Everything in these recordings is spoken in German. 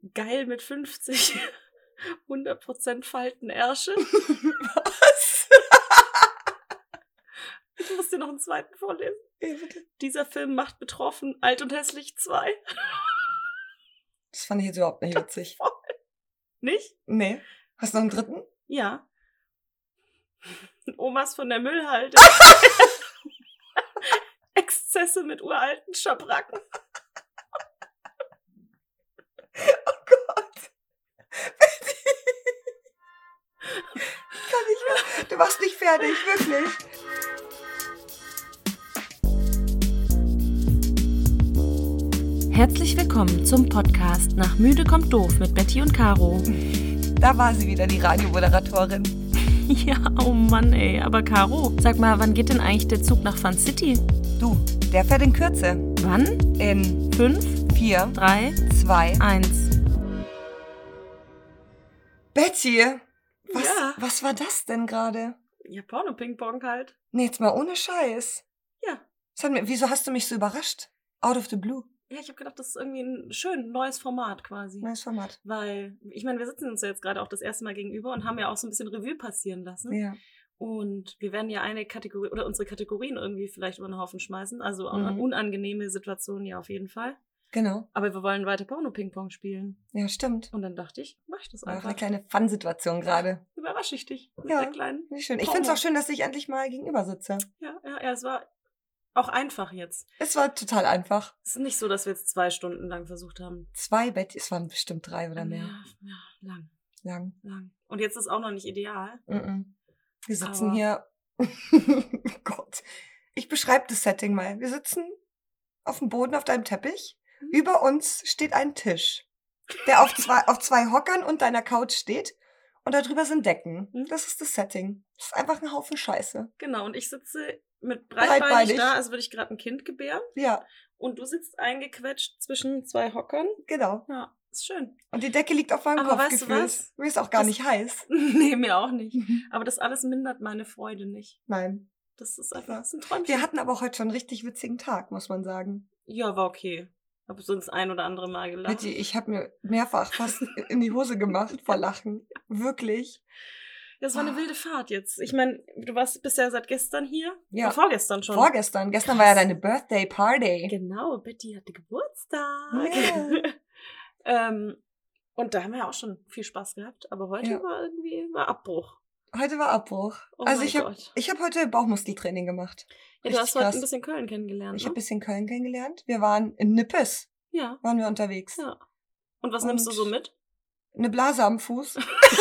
geil mit 50 100% Faltenärsche. Was? Ich muss dir noch einen zweiten vorlesen. Ja, bitte. Dieser Film macht betroffen, Alt und Hässlich 2. Das fand ich jetzt überhaupt nicht witzig. Nicht? Nee. Hast du noch einen dritten? Ja. Omas von der Müllhalde. Exzesse mit uralten Schabracken. Oh Gott. Ich kann nicht mehr. Du warst nicht fertig, wirklich. Herzlich willkommen zum Podcast Nach Müde kommt doof mit Betty und Caro. Da war sie wieder, die Radiomoderatorin. Ja, oh Mann ey, aber Caro, sag mal, wann geht denn eigentlich der Zug nach Fun City? Du, der fährt in Kürze. Wann? In 5, 4, 3, 2, 1. Betty, Ja. was war das denn gerade? Ja, Porno-Ping-Pong halt. Nee, jetzt mal ohne Scheiß. Ja. Wieso hast du mich so überrascht? Out of the blue. Ja, ich habe gedacht, das ist irgendwie ein schön neues Format quasi. Neues Format. Weil, ich meine, wir sitzen uns ja jetzt gerade auch das erste Mal gegenüber und haben ja auch so ein bisschen Revue passieren lassen. Ja. Und wir werden ja eine Kategorie oder unsere Kategorien irgendwie vielleicht über den Haufen schmeißen. Also unangenehme Situationen ja auf jeden Fall. Genau. Aber wir wollen weiter Porno-Ping-Pong spielen. Ja, stimmt. Und dann dachte ich, mach ich das War auch einfach. eine kleine Fun-Situation gerade. Überrasche ich dich mit Ja, der kleinen. Nicht schön. Ich Porno. finde es auch schön, dass ich endlich mal gegenüber sitze. Ja, es war auch einfach jetzt. Es war total einfach. Es ist nicht so, dass wir jetzt 2 Stunden lang versucht haben. 2 Betty, es waren bestimmt 3 oder mehr. Ja, Lang. Und jetzt ist auch noch nicht ideal. Wir sitzen Aber- hier. Oh Gott. Ich beschreibe das Setting mal. Wir sitzen auf dem Boden auf deinem Teppich. Über uns steht ein Tisch, der auf zwei Hockern und deiner Couch steht. Und darüber sind Decken. Das ist das Setting. Das ist einfach ein Haufen Scheiße. Genau, und ich sitze mit Breitbeinig. breitbeinig da, als würde ich gerade ein Kind gebären. Ja, Und du sitzt eingequetscht zwischen 2 Hockern. genau. Ja, ist schön. Und die Decke liegt auf meinem Aber Kopf weißt du gefühlt. was? Mir ist auch gar Das- nicht heiß. Nee, mir auch nicht. Aber das alles mindert meine Freude nicht. Nein. Das ist einfach das ist ein Träumchen. Wir hatten aber auch heute schon einen richtig witzigen Tag, muss man sagen. Ja, war okay. Hab sonst ein oder andere Mal gelacht. Betty, ich habe mir mehrfach fast in die Hose gemacht vor Lachen. Wirklich. Das war eine wilde Fahrt jetzt. Ich meine, du bist ja seit gestern hier. Ja. Und vorgestern schon. Vorgestern. Gestern war ja deine Birthday Party. Genau, Betty hatte Geburtstag. Ja. Und da haben wir ja auch schon viel Spaß gehabt. Aber heute Ja. war Abbruch. Heute war Abbruch. Oh Also mein ich habe Gott. heute Bauchmuskeltraining gemacht. Ja, du hast Richtig heute krass. ein bisschen Köln kennengelernt. Ich Ne? habe ein bisschen Köln kennengelernt. Wir waren in Nippes, Ja. waren wir unterwegs. Ja. Und was Und- nimmst du so mit? Eine Blase am Fuß.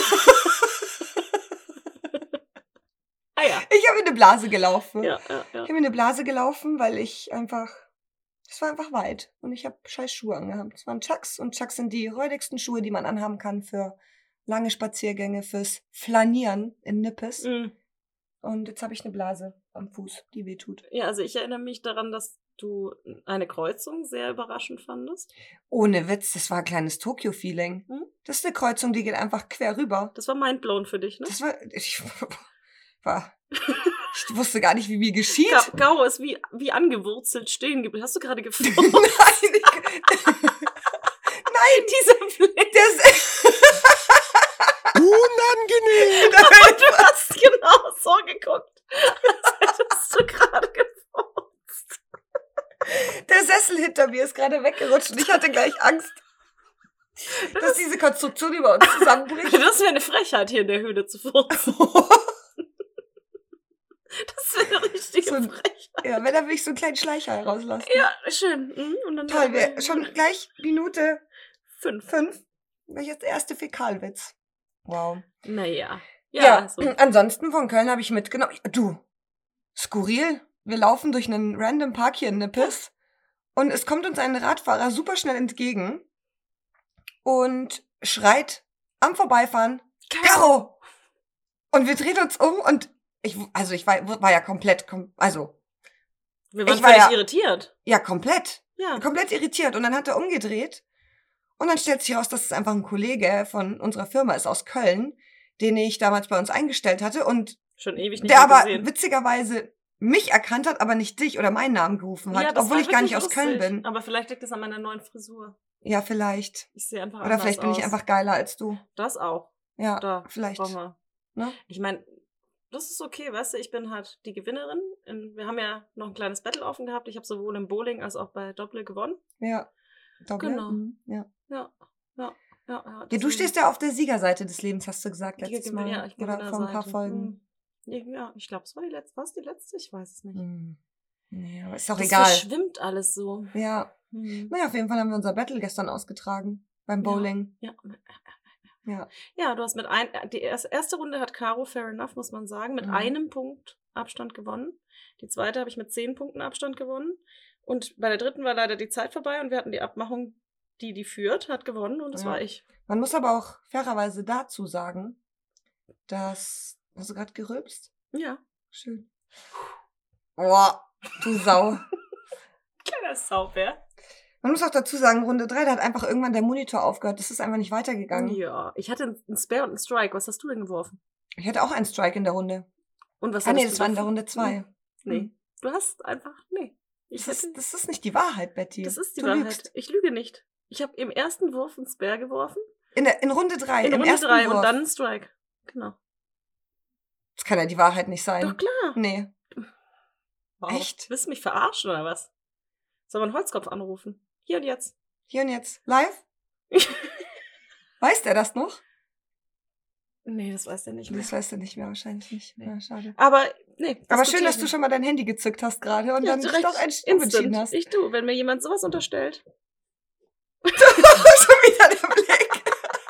Ah ja. Ich habe in eine Blase gelaufen. Ja. Ich habe in eine Blase gelaufen, weil es war einfach weit. Und ich habe scheiß Schuhe angehabt. Es waren Chucks und Chucks sind die räudigsten Schuhe, die man anhaben kann für lange Spaziergänge, fürs Flanieren in Nippes. Mhm. Und jetzt habe ich eine Blase am Fuß, die wehtut. Ja, also ich erinnere mich daran, dass du eine Kreuzung sehr überraschend fandest. Ohne Witz, das war ein kleines Tokio-Feeling. Hm? Das ist eine Kreuzung, die geht einfach quer rüber. Das war mindblown für dich, ne? Ich wusste gar nicht, wie mir geschieht. Caro ist wie angewurzelt stehen geblieben. Hast du gerade gefurzt? Nein, Dieser Blick. Unangenehm! Du hast genau so geguckt, als hättest du gerade gefurzt. Der Sessel hinter mir ist gerade weggerutscht und ich hatte gleich Angst, dass diese Konstruktion über uns zusammenbricht. Das wäre eine Frechheit, hier in der Höhle zu furzen. Das wäre eine richtige So ein- Frechheit. Ja, wenn, dann will ich so einen kleinen Schleicher herauslassen. Ja, schön. Und dann Toll, wir schon gleich Minute 5. 5. Welches der erste Fäkalwitz? Wow. Naja. Ja, Ja, also. ansonsten von Köln habe ich mitgenommen. Du, skurril. Wir laufen durch einen random Park hier in Nippes und es kommt uns ein Radfahrer super schnell entgegen und schreit am Vorbeifahren, Caro! Und wir drehen uns um und ich war ja komplett, Wir waren ich war völlig ja- irritiert. ja, komplett Ja. irritiert. Und dann hat er umgedreht und dann stellt sich raus, dass es einfach ein Kollege von unserer Firma ist aus Köln, den ich damals bei uns eingestellt hatte und Schon ewig nicht der mehr aber gesehen. witzigerweise mich erkannt hat, aber nicht dich oder meinen Namen gerufen hat, das obwohl war ich gar nicht wirklich aus Köln lustig. bin. Aber vielleicht liegt es an meiner neuen Frisur. Ja, vielleicht. Ich sehe einfach Oder anders vielleicht bin ich aus. einfach geiler als du. Das auch. Ja, Da vielleicht. brauchen wir. Ne? Ich meine, das ist okay, weißt du, ich bin halt die Gewinnerin. Wir haben ja noch ein kleines Battle offen gehabt. Ich habe sowohl im Bowling als auch bei Doppel gewonnen. Ja. Doppel? Genau. Ja. Ja. Ja, du stehst ja auf der Siegerseite des Lebens, hast du gesagt letztes Mal. Ja, ich oder vor ein paar Folgen. Ja, ich glaube, es war die letzte. War es die letzte? Ich weiß es nicht. Nee, aber ist doch das egal. Das verschwimmt alles so. Ja. Naja, auf jeden Fall haben wir unser Battle gestern ausgetragen. Beim Bowling. Ja, du hast die erste Runde hat Caro, fair enough, muss man sagen, mit einem Punkt Abstand gewonnen. Die zweite habe ich mit 10 Punkten Abstand gewonnen. Und bei der dritten war leider die Zeit vorbei und wir hatten die Abmachung, die führt, hat gewonnen und das war ich. Man muss aber auch fairerweise dazu sagen, dass... Hast du gerade gerülpst? Ja. Schön. Boah, du Sau. Kleiner Saubär. Man muss auch dazu sagen, Runde 3, da hat einfach irgendwann der Monitor aufgehört. Das ist einfach nicht weitergegangen. Ja, ich hatte einen Spare und einen Strike. Was hast du denn geworfen? Ich hatte auch einen Strike in der Runde. Und was nee, das war in der Runde 2. Nee, du hast einfach... Nee. Das ist nicht die Wahrheit, Betty. Das ist die Wahrheit. Lügst. Ich lüge nicht. Ich habe im ersten Wurf einen Spare geworfen. In Runde 3. In Runde 3 und dann einen Strike. Genau. Das kann ja die Wahrheit nicht sein. Doch klar. Nee. Wow. Echt? Willst du mich verarschen oder was? Soll man Holzkopf anrufen? Hier und jetzt. Hier und jetzt. Live? Weiß der das noch? Nee, das weiß der nicht mehr. Das weiß der nicht mehr, wahrscheinlich nicht. Nee. Ja, schade. Aber, nee. Aber schön, dass du schon mal dein Handy gezückt hast gerade und dann direkt doch ein Stimm entschieden hast. Wenn mir jemand sowas unterstellt. Schon wieder der Blick.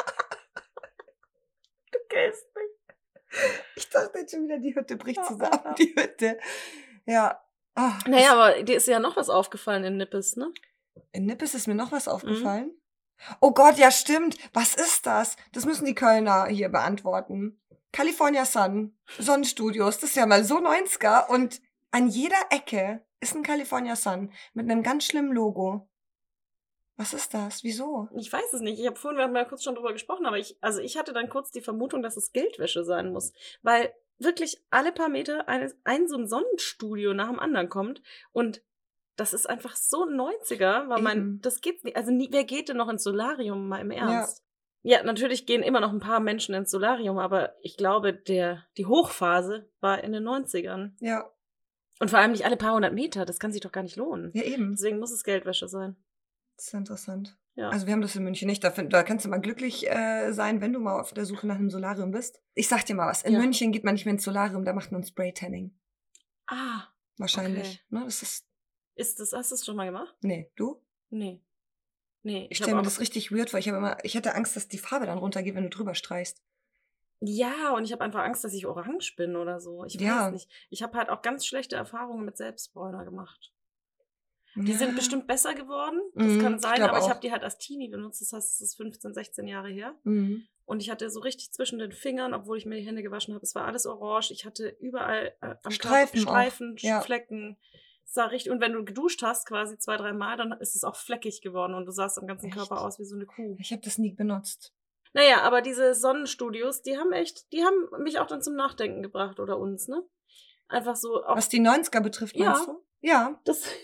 Du kennst mich. Ich dachte jetzt schon wieder, die Hütte bricht zusammen. Die Hütte. Ja. Ach, naja, aber dir ist ja noch was aufgefallen in Nippes, ne? In Nippes ist mir noch was aufgefallen. Oh Gott, ja stimmt. Was ist das? Das müssen die Kölner hier beantworten. California Sun, Sonnenstudios, das ist ja mal so 90er und an jeder Ecke ist ein California Sun mit einem ganz schlimmen Logo. Was ist das? Wieso? Ich weiß es nicht. Wir haben mal kurz schon drüber gesprochen, aber ich hatte dann kurz die Vermutung, dass es Geldwäsche sein muss. Weil wirklich alle paar Meter ein so ein Sonnenstudio nach dem anderen kommt und das ist einfach so 90er, weil das geht nicht. Also wer geht denn noch ins Solarium, mal im Ernst? Ja, natürlich gehen immer noch ein paar Menschen ins Solarium, aber ich glaube, die Hochphase war in den 90ern. Ja. Und vor allem nicht alle paar hundert Meter, das kann sich doch gar nicht lohnen. Ja, eben. Deswegen muss es Geldwäsche sein. Das ist interessant. Ja. Also wir haben das in München nicht. Da kannst du mal glücklich sein, wenn du mal auf der Suche nach einem Solarium bist. Ich sag dir mal was. In München geht man nicht mehr ins Solarium, da macht man Spray-Tanning. Ah. Wahrscheinlich. Okay. Ne, das ist... Hast du das schon mal gemacht? Nee. Du? Nee. Ich stelle mir das richtig weird vor. Ich hatte Angst, dass die Farbe dann runtergeht, wenn du drüber streichst. Ja, und ich habe einfach Angst, dass ich orange bin oder so. Ich weiß nicht. Ich habe halt auch ganz schlechte Erfahrungen mit Selbstbräuner gemacht. Die sind bestimmt besser geworden. Das kann sein, aber ich habe die halt als Teenie benutzt. Das heißt, es ist 15, 16 Jahre her. Und ich hatte so richtig zwischen den Fingern, obwohl ich mir die Hände gewaschen habe, es war alles orange. Ich hatte überall am Streifen, Flecken. Es sah richtig, und wenn du geduscht hast, quasi 2-3 Mal, dann ist es auch fleckig geworden und du sahst am ganzen Körper aus wie so eine Kuh. Ich habe das nie benutzt. Naja, aber diese Sonnenstudios, die haben mich auch dann zum Nachdenken gebracht oder uns, ne? Einfach so. Auch, was die 90er betrifft, meinst du? Ja.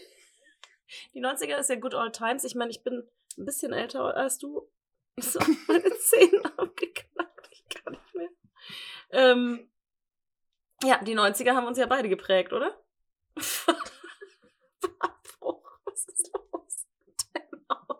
Die 90er ist ja good old times. Ich meine, ich bin ein bisschen älter als du. So, meine Zähne abgeknackt. Ich kann nicht mehr. Ja, die 90er haben uns ja beide geprägt, oder? Was ist los? Timeout.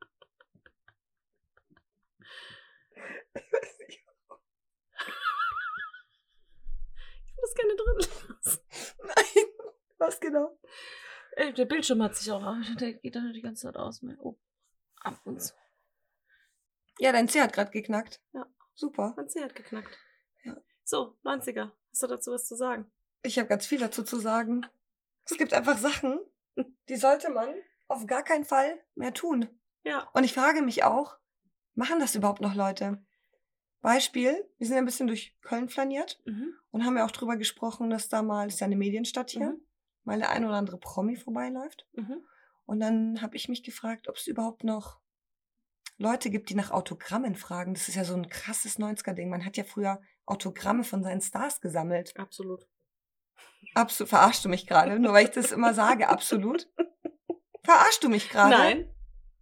Ich würde das gerne drin lassen. Nein, was genau? Der Bildschirm hat sich auch, der geht dann die ganze Zeit aus. Oh, ab und zu. Ja, dein C hat gerade geknackt. Ja. Super. Mein C hat geknackt. Ja. So, 90er. Hast du dazu was zu sagen? Ich habe ganz viel dazu zu sagen. Es gibt einfach Sachen, die sollte man auf gar keinen Fall mehr tun. Ja. Und ich frage mich auch, machen das überhaupt noch Leute? Beispiel, wir sind ein bisschen durch Köln flaniert und haben ja auch drüber gesprochen, dass da mal, das ist ja eine Medienstadt hier, mal der ein oder andere Promi vorbeiläuft. Und dann habe ich mich gefragt, ob es überhaupt noch Leute gibt, die nach Autogrammen fragen. Das ist ja so ein krasses 90er-Ding. Man hat ja früher Autogramme von seinen Stars gesammelt. Absolut. Verarschst du mich gerade? Nur weil ich das immer sage, absolut. Verarschst du mich gerade? Nein.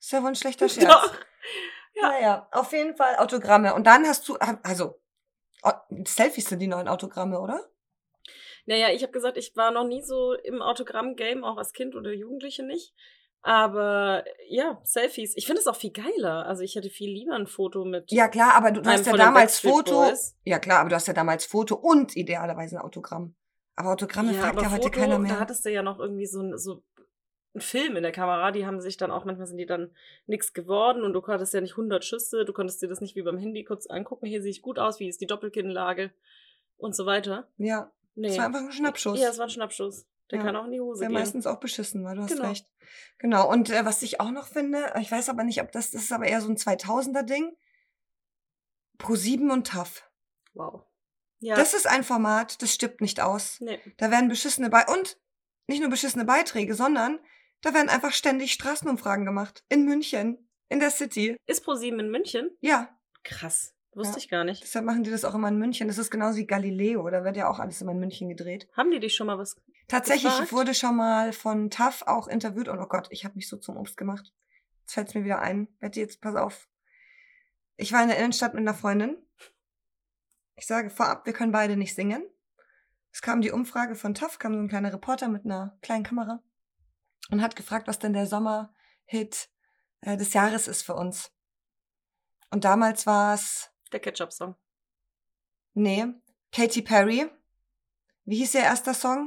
Ist ja wohl ein schlechter Scherz. Doch. Ja. Naja, auf jeden Fall Autogramme. Und dann hast du, also, Selfies sind die neuen Autogramme, oder? Naja, ich habe gesagt, ich war noch nie so im Autogramm-Game, auch als Kind oder Jugendliche nicht. Aber ja, Selfies. Ich finde es auch viel geiler. Also ich hätte viel lieber ein Foto mit. Ja, klar, aber du hast ja von den damals Backstreet Foto. Boys. Ja, klar, aber du hast ja damals Foto und idealerweise ein Autogramm. Aber Autogramme Ja, fragt aber ja heute Foto, keiner mehr. da hattest du ja noch irgendwie so einen Film in der Kamera, die haben sich dann auch, manchmal sind die dann nix geworden und du hattest ja nicht 100 Schüsse, du konntest dir das nicht wie beim Handy kurz angucken, hier sehe ich gut aus, wie ist die Doppelkinnlage und so weiter. Ja, das war einfach ein Schnappschuss. Ja, es war ein Schnappschuss. Der Ja. kann auch in die Hose Wäre gehen. meistens auch beschissen, weil du hast Genau. recht. Genau, und was ich auch noch finde, ich weiß aber nicht, ob das ist aber eher so ein 2000er-Ding, Pro7 und TAF. Wow. Ja. Das ist ein Format, das stirbt nicht aus. Nee. Da werden beschissene und nicht nur beschissene Beiträge, sondern da werden einfach ständig Straßenumfragen gemacht. In München, in der City. Ist Pro7 in München? Ja. Krass. Wusste Ja. ich gar nicht. Deshalb machen die das auch immer in München. Das ist genauso wie Galileo, da wird ja auch alles immer in München gedreht. Haben die dich schon mal was Tatsächlich, gefragt? ich wurde schon mal von TAF auch interviewt und oh Gott, ich habe mich so zum Obst gemacht. Jetzt fällt es mir wieder ein. Betty, jetzt pass auf. Ich war in der Innenstadt mit einer Freundin. Ich sage vorab, wir können beide nicht singen. Es kam die Umfrage von TAF, kam so ein kleiner Reporter mit einer kleinen Kamera und hat gefragt, was denn der Sommerhit des Jahres ist für uns. Und damals war es... Der Ketchup-Song. Nee, Katy Perry. Wie hieß ihr erster Song?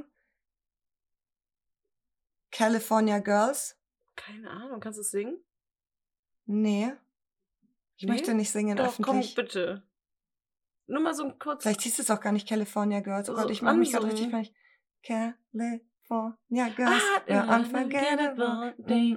California Girls. Keine Ahnung, kannst du es singen? Nee. Ich möchte nicht singen Doch, öffentlich. komm, bitte. Nur mal so ein kurz... Vielleicht hieß es auch gar nicht California Girls. Oh Gott, So ich mache mich gerade ansummen. richtig fertig. California Girls. We're unforgettable.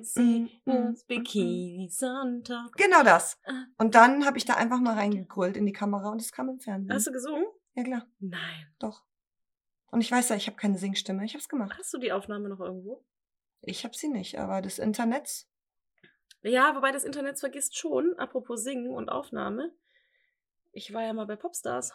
Bikinis on top. Genau das. Und dann habe ich da einfach mal reingegrüllt in die Kamera und es kam im Fernsehen. Hast du gesungen? Ja, klar. Nein. Doch. Und ich weiß ja, ich habe keine Singstimme. Ich habe es gemacht. Hast du die Aufnahme noch irgendwo? Ich habe sie nicht, aber das Internet. Ja, wobei das Internet vergisst schon, apropos Singen und Aufnahme. Ich war ja mal bei Popstars.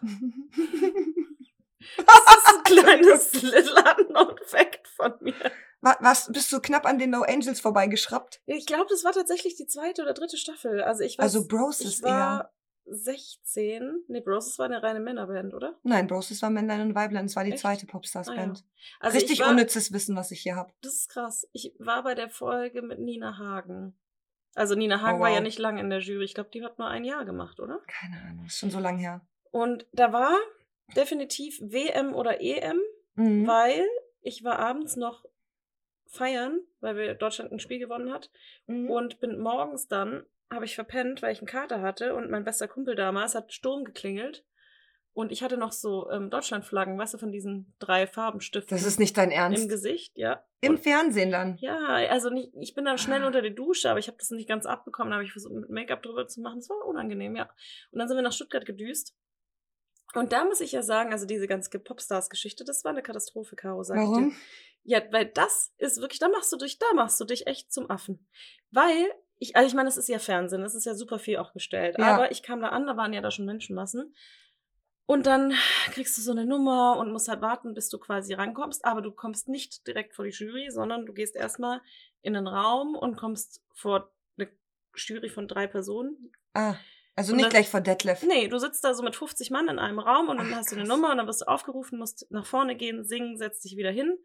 Das ist ein kleines little unknown Fact von mir. Was, bist du knapp an den No Angels vorbeigeschraubt? Ich glaube, das war tatsächlich die 2. oder 3. Staffel. Also ich weiß, Also Broses ich war 16. Nee, Broses war eine reine Männerband, oder? Nein, Broses war Männlein und Weiblein. Das war die Echt? zweite Popstars-Band. Ah, ja. Also Richtig unnützes Wissen, was ich hier habe. Das ist krass. Ich war bei der Folge mit Nina Hagen. Also Nina Hagen Oh, war ja wow. nicht lange in der Jury. Ich glaube, die hat nur ein Jahr gemacht, oder? Keine Ahnung, ist schon so lang her. Und da war definitiv WM oder EM, Mhm. weil ich war abends noch feiern, weil Deutschland ein Spiel gewonnen hat. Mhm. Und bin morgens dann, habe ich verpennt, weil ich einen Kater hatte und mein bester Kumpel damals hat Sturm geklingelt. Und ich hatte noch so Deutschlandflaggen, weißt du, von diesen 3 Farbenstiften. Das ist nicht dein Ernst. Im Gesicht, ja. Im Fernsehen dann. Ja, also nicht, ich bin dann schnell unter die Dusche, aber ich habe das nicht ganz abbekommen. Da habe ich versucht, mit Make-up drüber zu machen. Das war unangenehm, ja. Und dann sind wir nach Stuttgart gedüst. Und da muss ich ja sagen, also diese ganze Popstars-Geschichte, das war eine Katastrophe, Caro, sag ich Warum? dir. Ja, weil das ist wirklich, da machst du dich echt zum Affen. Weil, ich meine, das ist ja Fernsehen, das ist ja super viel auch gestellt. Ja. Aber ich kam da an, da waren ja da schon Menschenmassen. Und dann kriegst du so eine Nummer und musst halt warten, bis du quasi rankommst. Aber du kommst nicht direkt vor die Jury, sondern du gehst erstmal in einen Raum und kommst vor eine Jury von 3 Personen. Ah, also Und nicht das- gleich vor Detlef. Nee, du sitzt da so mit 50 Mann in einem Raum und dann Ach, hast du eine krass. Nummer und dann wirst du aufgerufen, musst nach vorne gehen, singen, setzt dich wieder hin.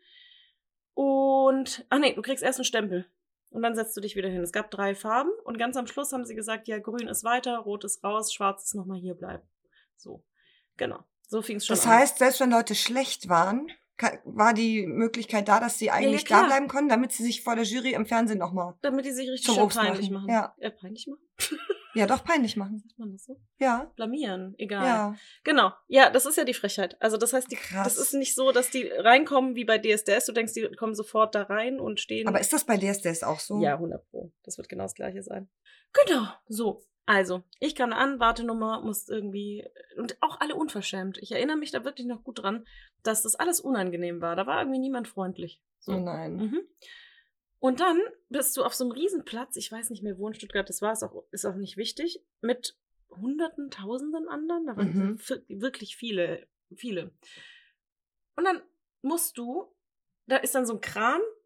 Und, du kriegst erst einen Stempel. Und dann setzt du dich wieder hin. Es gab 3 Farben und ganz am Schluss haben sie gesagt, ja, grün ist weiter, rot ist raus, schwarz ist nochmal hier bleiben. So, genau. So fing es schon Das an. heißt, selbst wenn Leute schlecht waren, war die Möglichkeit da, dass sie eigentlich klar. da bleiben konnten, damit sie sich vor der Jury im Fernsehen nochmal, Damit die sich richtig Zum schön Obst peinlich machen. machen. Ja. Peinlich machen? ja doch peinlich machen. Sagt man das so? Ja, Blamieren, egal. ja. Genau. Ja, das ist ja die Frechheit. Also das heißt, Krass. das ist nicht so, dass die reinkommen wie bei DSDS. Du denkst, die kommen sofort da rein und stehen. Aber ist das bei DSDS auch so? Ja, 100%. Das wird genau das Gleiche sein. Genau. So. Also, ich kam an, Wartenummer, musste irgendwie, und auch alle unverschämt. Ich erinnere mich da wirklich noch gut dran, dass das alles unangenehm war. Da war irgendwie niemand freundlich. So. Oh nein. Mhm. Und dann bist du auf so einem Riesenplatz, ich weiß nicht mehr, wo in Stuttgart das war, ist auch nicht wichtig, mit Hunderten, Tausenden anderen. Da waren wirklich viele. Und dann da ist dann so ein Kran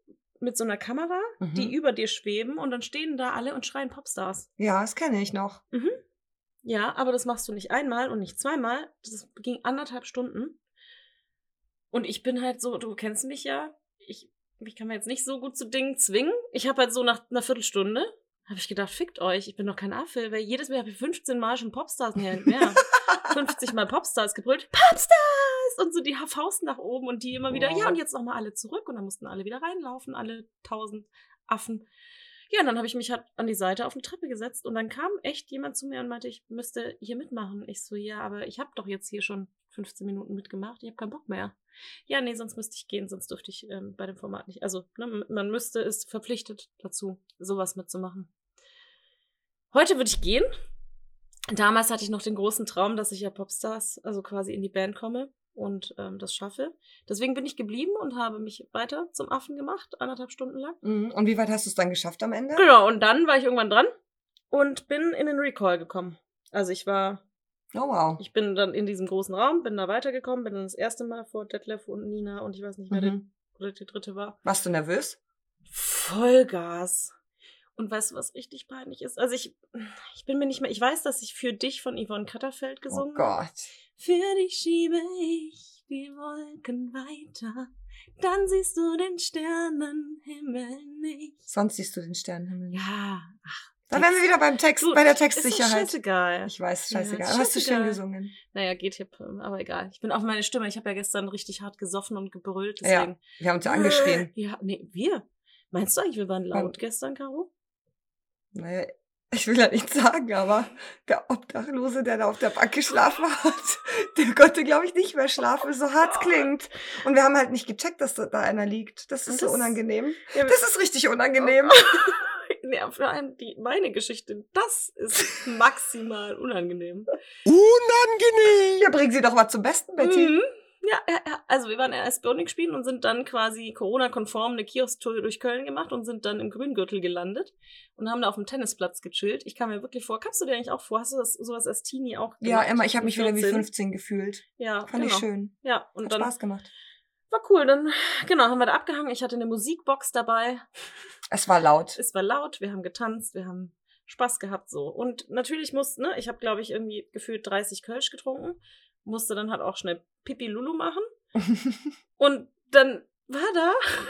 mit so einer Kamera, die über dir schweben und dann stehen da alle und schreien Popstars. Ja, das kenne ich noch. Ja, aber das machst du nicht einmal und nicht zweimal. Das ging 1,5 Stunden. Und ich bin halt so, du kennst mich ja, ich kann mir jetzt nicht so gut zu Dingen zwingen. Ich habe halt so nach einer Viertelstunde, habe ich gedacht, fickt euch, ich bin doch kein Affe, weil jedes Mal habe ich 15 Mal schon Popstars mehr. 50 Mal Popstars gebrüllt, Popstars! Und so die Fausten nach oben und die immer wieder, ja, und jetzt nochmal alle zurück. Und dann mussten alle wieder reinlaufen, alle 1000 Affen. Ja, und dann habe ich mich halt an die Seite auf eine Treppe gesetzt und dann kam echt jemand zu mir und meinte, ich müsste hier mitmachen. Ich so, ja, aber ich habe doch jetzt hier schon 15 Minuten mitgemacht, ich habe keinen Bock mehr. Ja, nee, sonst müsste ich gehen, sonst dürfte ich bei dem Format nicht. Also, ne, man müsste, ist verpflichtet dazu, sowas mitzumachen. Heute würde ich gehen. Damals hatte ich noch den großen Traum, dass ich ja Popstars, also quasi in die Band komme und das schaffe. Deswegen bin ich geblieben und habe mich weiter zum Affen gemacht, 1,5 Stunden lang. Und wie weit hast du es dann geschafft am Ende? Genau, und dann war ich irgendwann dran und bin in den Recall gekommen. Also ich bin dann in diesem großen Raum, bin da weitergekommen, bin dann das erste Mal vor Detlef und Nina und ich weiß nicht, wer die dritte war. Warst du nervös? Vollgas. Und weißt du, was richtig peinlich ist? Also ich bin mir nicht mehr, ich weiß, dass ich Für dich von Yvonne Katterfeld gesungen habe. Oh Gott. Für dich schiebe ich die Wolken weiter, dann siehst du den Sternenhimmel nicht. Sonst siehst du den Sternenhimmel nicht. Ja, Da wären wir wieder beim Text, bei der Textsicherheit. Ist scheißegal. Ich weiß, scheißegal. Ja, hast du schön gesungen. Naja, geht hier, aber egal. Ich bin auf meine Stimme. Ich habe ja gestern richtig hart gesoffen und gebrüllt. Deswegen. Ja, wir haben uns ja angeschrien. Ja, nee, wir. Meinst du eigentlich, wir waren laut gestern, Caro? Naja, ich will ja nichts sagen, aber der Obdachlose, der da auf der Bank geschlafen hat, der konnte, glaube ich, nicht mehr schlafen, so hart klingt. Und wir haben halt nicht gecheckt, dass da einer liegt. Das ist so unangenehm. Ja, das ist richtig unangenehm. Ja, vor allem meine Geschichte, das ist maximal unangenehm. Unangenehm! Ja, bringen Sie doch was zum Besten, Betty. Ja, also wir waren erst Burning spielen und sind dann quasi Corona-konform eine Kiosk-Tour durch Köln gemacht und sind dann im Grüngürtel gelandet und haben da auf dem Tennisplatz gechillt. Ich kam mir wirklich vor, kamst du dir eigentlich auch vor? Hast du sowas als Teenie auch gemacht? Ja, Emma, ich habe mich wieder wie 15 gefühlt. Ja, Fand ich schön. Ja, und hat dann Spaß gemacht. war cool, dann haben wir da abgehangen. Ich hatte eine Musikbox dabei. Es war laut. Wir haben getanzt, wir haben Spaß gehabt so. Und natürlich ich habe glaube ich irgendwie gefühlt 30 Kölsch getrunken, musste dann halt auch schnell Pipi Lulu machen. Und dann war da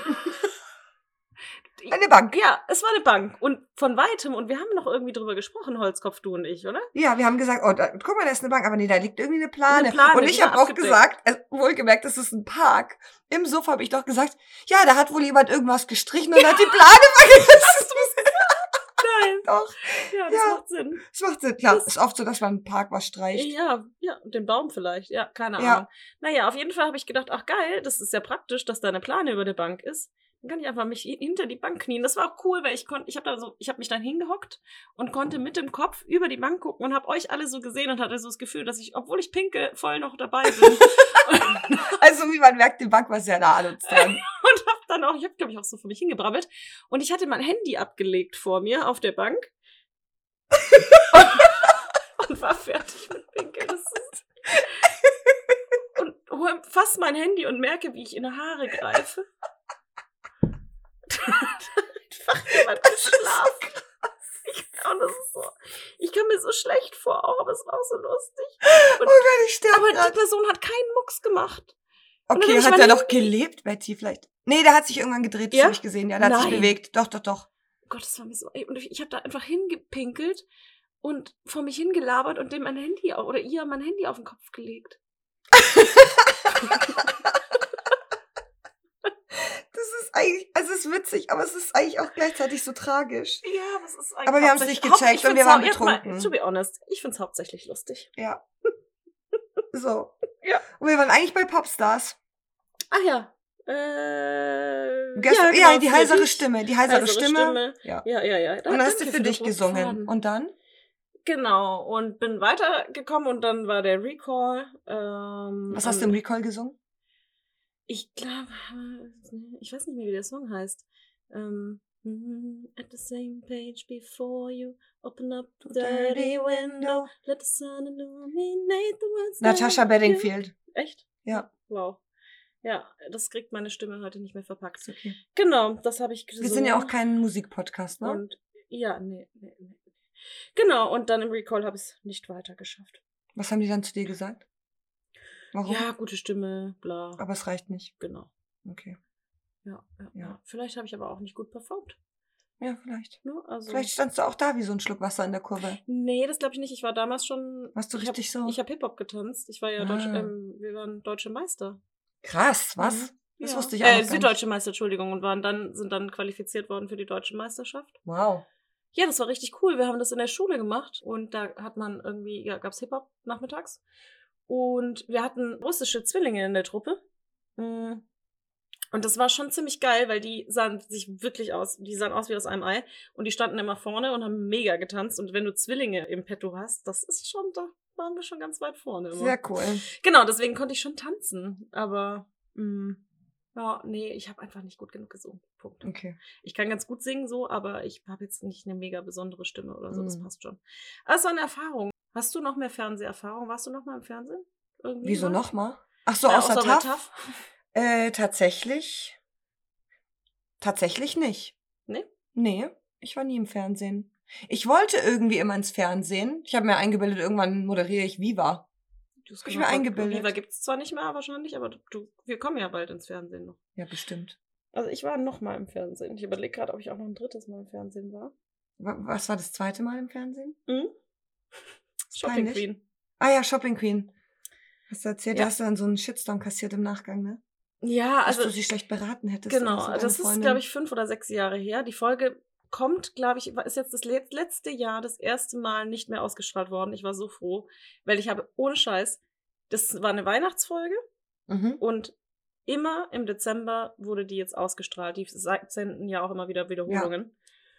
eine Bank. Ja, es war eine Bank. Und von weitem, und wir haben noch irgendwie drüber gesprochen, Holzkopf, du und ich, oder? Ja, wir haben gesagt, guck mal, da ist eine Bank, aber nee, da liegt irgendwie eine Plane. Und ich habe auch gesagt, wohlgemerkt, das ist ein Park. Im Sofa habe ich doch gesagt, ja, da hat wohl jemand irgendwas gestrichen und hat die Plane vergessen. Nein. Doch. Ja, das macht Sinn. Das macht Sinn, klar. Ist oft so, dass man im Park was streicht. Ja, den Baum vielleicht. Ja, keine Ahnung. Naja, auf jeden Fall habe ich gedacht, ach geil, das ist ja praktisch, dass da eine Plane über der Bank ist. Dann kann ich einfach mich hinter die Bank knien. Das war auch cool, weil ich habe mich dann hingehockt und konnte mit dem Kopf über die Bank gucken und habe euch alle so gesehen und hatte so das Gefühl, dass ich, obwohl ich pinke, voll noch dabei bin. Also wie man merkt, die Bank war sehr nah an uns dran. Und habe dann auch, ich habe glaube ich auch so vor mich hingebrabbelt und ich hatte mein Handy abgelegt vor mir auf der Bank und war fertig mit Pinkeln. Und hol fast mein Handy und merke, wie ich in Haare greife. Einfach jemand geschlafen. Ich kam mir so schlecht vor, aber es war auch so lustig. Und, aber die Person hat keinen Mucks gemacht. Okay, hat er doch gelebt, Betty, vielleicht? Nee, der hat sich irgendwann gedreht, das habe ich gesehen. Ja, der hat sich bewegt. Doch. Oh Gott, das war mir so... Und ich habe da einfach hingepinkelt und vor mich hingelabert und dem mein Handy auf den Kopf gelegt. Das ist eigentlich, also es ist witzig, aber es ist eigentlich auch gleichzeitig so tragisch. Ja, aber es ist eigentlich. Aber wir haben es nicht gecheckt und wir waren betrunken. To be honest, ich find's hauptsächlich lustig. Ja. So. Ja. Und wir waren eigentlich bei Popstars. Ach ja. Genau, die heisere Stimme. Die heisere Stimme. Ja. Ja. Und dann hast du für dich gesungen. Und dann? Genau. Und bin weitergekommen und dann war der Recall. Was hast du im Recall gesungen? Ich glaube, ich weiß nicht mehr, wie der Song heißt. At the same page before you open up the dirty window, let the sun illuminate the words. Natasha Bedingfield. Echt? Ja. Wow. Ja, das kriegt meine Stimme heute nicht mehr verpackt. Okay. Genau, das habe ich gesungen. Wir sind ja auch kein Musikpodcast, ne? Und ja, nee. Genau, und dann im Recall habe ich es nicht weiter geschafft. Was haben die dann zu dir gesagt? Warum? Ja, gute Stimme, bla. Aber es reicht nicht. Genau. Okay. Ja. Vielleicht habe ich aber auch nicht gut performt. Ja, vielleicht. Ne? Also, vielleicht standst du auch da wie so ein Schluck Wasser in der Kurve. Nee, das glaube ich nicht. Ich war damals schon... Warst du richtig so? Ich habe Hip-Hop getanzt. Ich war ja wir waren deutsche Meister. Krass, was? Das wusste ich auch nicht. Süddeutsche Meister, Entschuldigung. Und sind dann qualifiziert worden für die deutsche Meisterschaft. Wow. Ja, das war richtig cool. Wir haben das in der Schule gemacht. Und da hat man irgendwie... Ja, gab's Hip-Hop nachmittags. Und wir hatten russische Zwillinge in der Truppe. Und das war schon ziemlich geil, weil die sahen aus wie aus einem Ei. Und die standen immer vorne und haben mega getanzt. Und wenn du Zwillinge im Petto hast, da waren wir schon ganz weit vorne immer. Sehr cool. Genau, deswegen konnte ich schon tanzen. Aber, ich habe einfach nicht gut genug gesungen. Punkt. Okay. Ich kann ganz gut singen so, aber ich habe jetzt nicht eine mega besondere Stimme oder so. Das passt schon. Aber es war eine Erfahrung. Hast du noch mehr Fernseherfahrung? Warst du noch mal im Fernsehen? Wieso noch mal? Ach so, außer TAF? Tatsächlich nicht. Nee? Nee, ich war nie im Fernsehen. Ich wollte irgendwie immer ins Fernsehen. Ich habe mir eingebildet, irgendwann moderiere ich Viva. Hab ich mir eingebildet. Viva gibt es zwar nicht mehr wahrscheinlich, aber wir kommen ja bald ins Fernsehen noch. Ja, bestimmt. Also ich war noch mal im Fernsehen. Ich überlege gerade, ob ich auch noch ein drittes Mal im Fernsehen war. Was war das zweite Mal im Fernsehen? Shopping Queen. Ah ja, Shopping Queen. Hast du erzählt, da hast du dann so einen Shitstorm kassiert im Nachgang, ne? Ja, also... Dass du sie schlecht beraten hättest. Genau, das ist, glaube ich, 5 oder 6 Jahre her. Die Folge kommt, glaube ich, ist jetzt das letzte Jahr das erste Mal nicht mehr ausgestrahlt worden. Ich war so froh, weil ich habe, ohne Scheiß, das war eine Weihnachtsfolge und immer im Dezember wurde die jetzt ausgestrahlt. Die senden ja auch immer wieder Wiederholungen. Ja.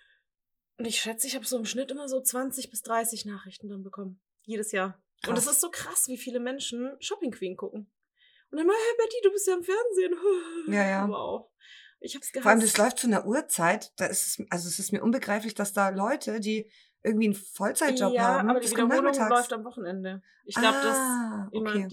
Und ich schätze, ich habe so im Schnitt immer so 20 bis 30 Nachrichten dann bekommen. Jedes Jahr. Krass. Und es ist so krass, wie viele Menschen Shopping Queen gucken. Und dann mal, hey Betty, du bist ja im Fernsehen. Ja. Wow. Ich hab's gehasst. Vor allem, das läuft zu einer Uhrzeit, es ist mir unbegreiflich, dass da Leute, die irgendwie einen Vollzeitjob haben. Ja, aber die Wiederholung läuft am Wochenende. Ich glaube, dass immer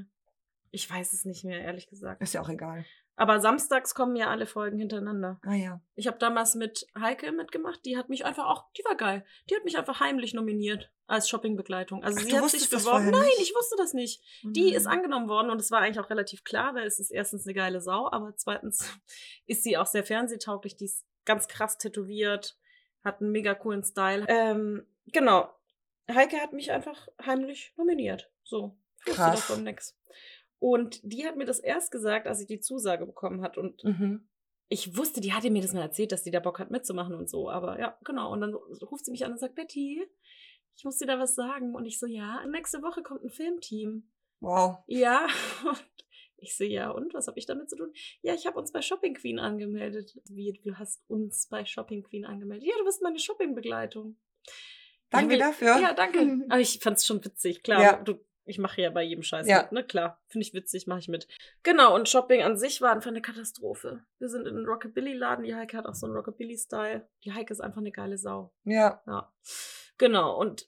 ich weiß es nicht mehr, ehrlich gesagt. Ist ja auch egal. Aber samstags kommen ja alle Folgen hintereinander. Ah ja. Ich habe damals mit Heike mitgemacht, die war geil. Die hat mich einfach heimlich nominiert als Shoppingbegleitung. Also sie hat sich beworben. Nein, ich wusste das nicht. Die ist angenommen worden und es war eigentlich auch relativ klar, weil es ist erstens eine geile Sau, aber zweitens ist sie auch sehr fernsehtauglich. Die ist ganz krass tätowiert, hat einen mega coolen Style. Genau. Heike hat mich einfach heimlich nominiert. So. Ich wusste davon nix. Und die hat mir das erst gesagt, als ich die Zusage bekommen hat. Und ich wusste, die hatte mir das mal erzählt, dass die da Bock hat mitzumachen und so. Aber ja, genau. Und dann ruft sie mich an und sagt, Betty, ich muss dir da was sagen. Und ich so, ja, nächste Woche kommt ein Filmteam. Wow. Ja. Und ich so, ja, und was habe ich damit zu tun? Ja, ich habe uns bei Shopping Queen angemeldet. Wie, du hast uns bei Shopping Queen angemeldet? Ja, du bist meine Shoppingbegleitung. Danke dafür. Ja, danke. Aber ich fand's schon witzig. Klar, ich mache ja bei jedem Scheiß mit, ne? Klar, finde ich witzig, mache ich mit. Genau, und Shopping an sich war einfach eine Katastrophe. Wir sind in einem Rockabilly-Laden, die Heike hat auch so einen Rockabilly-Style. Die Heike ist einfach eine geile Sau. Ja. Genau, und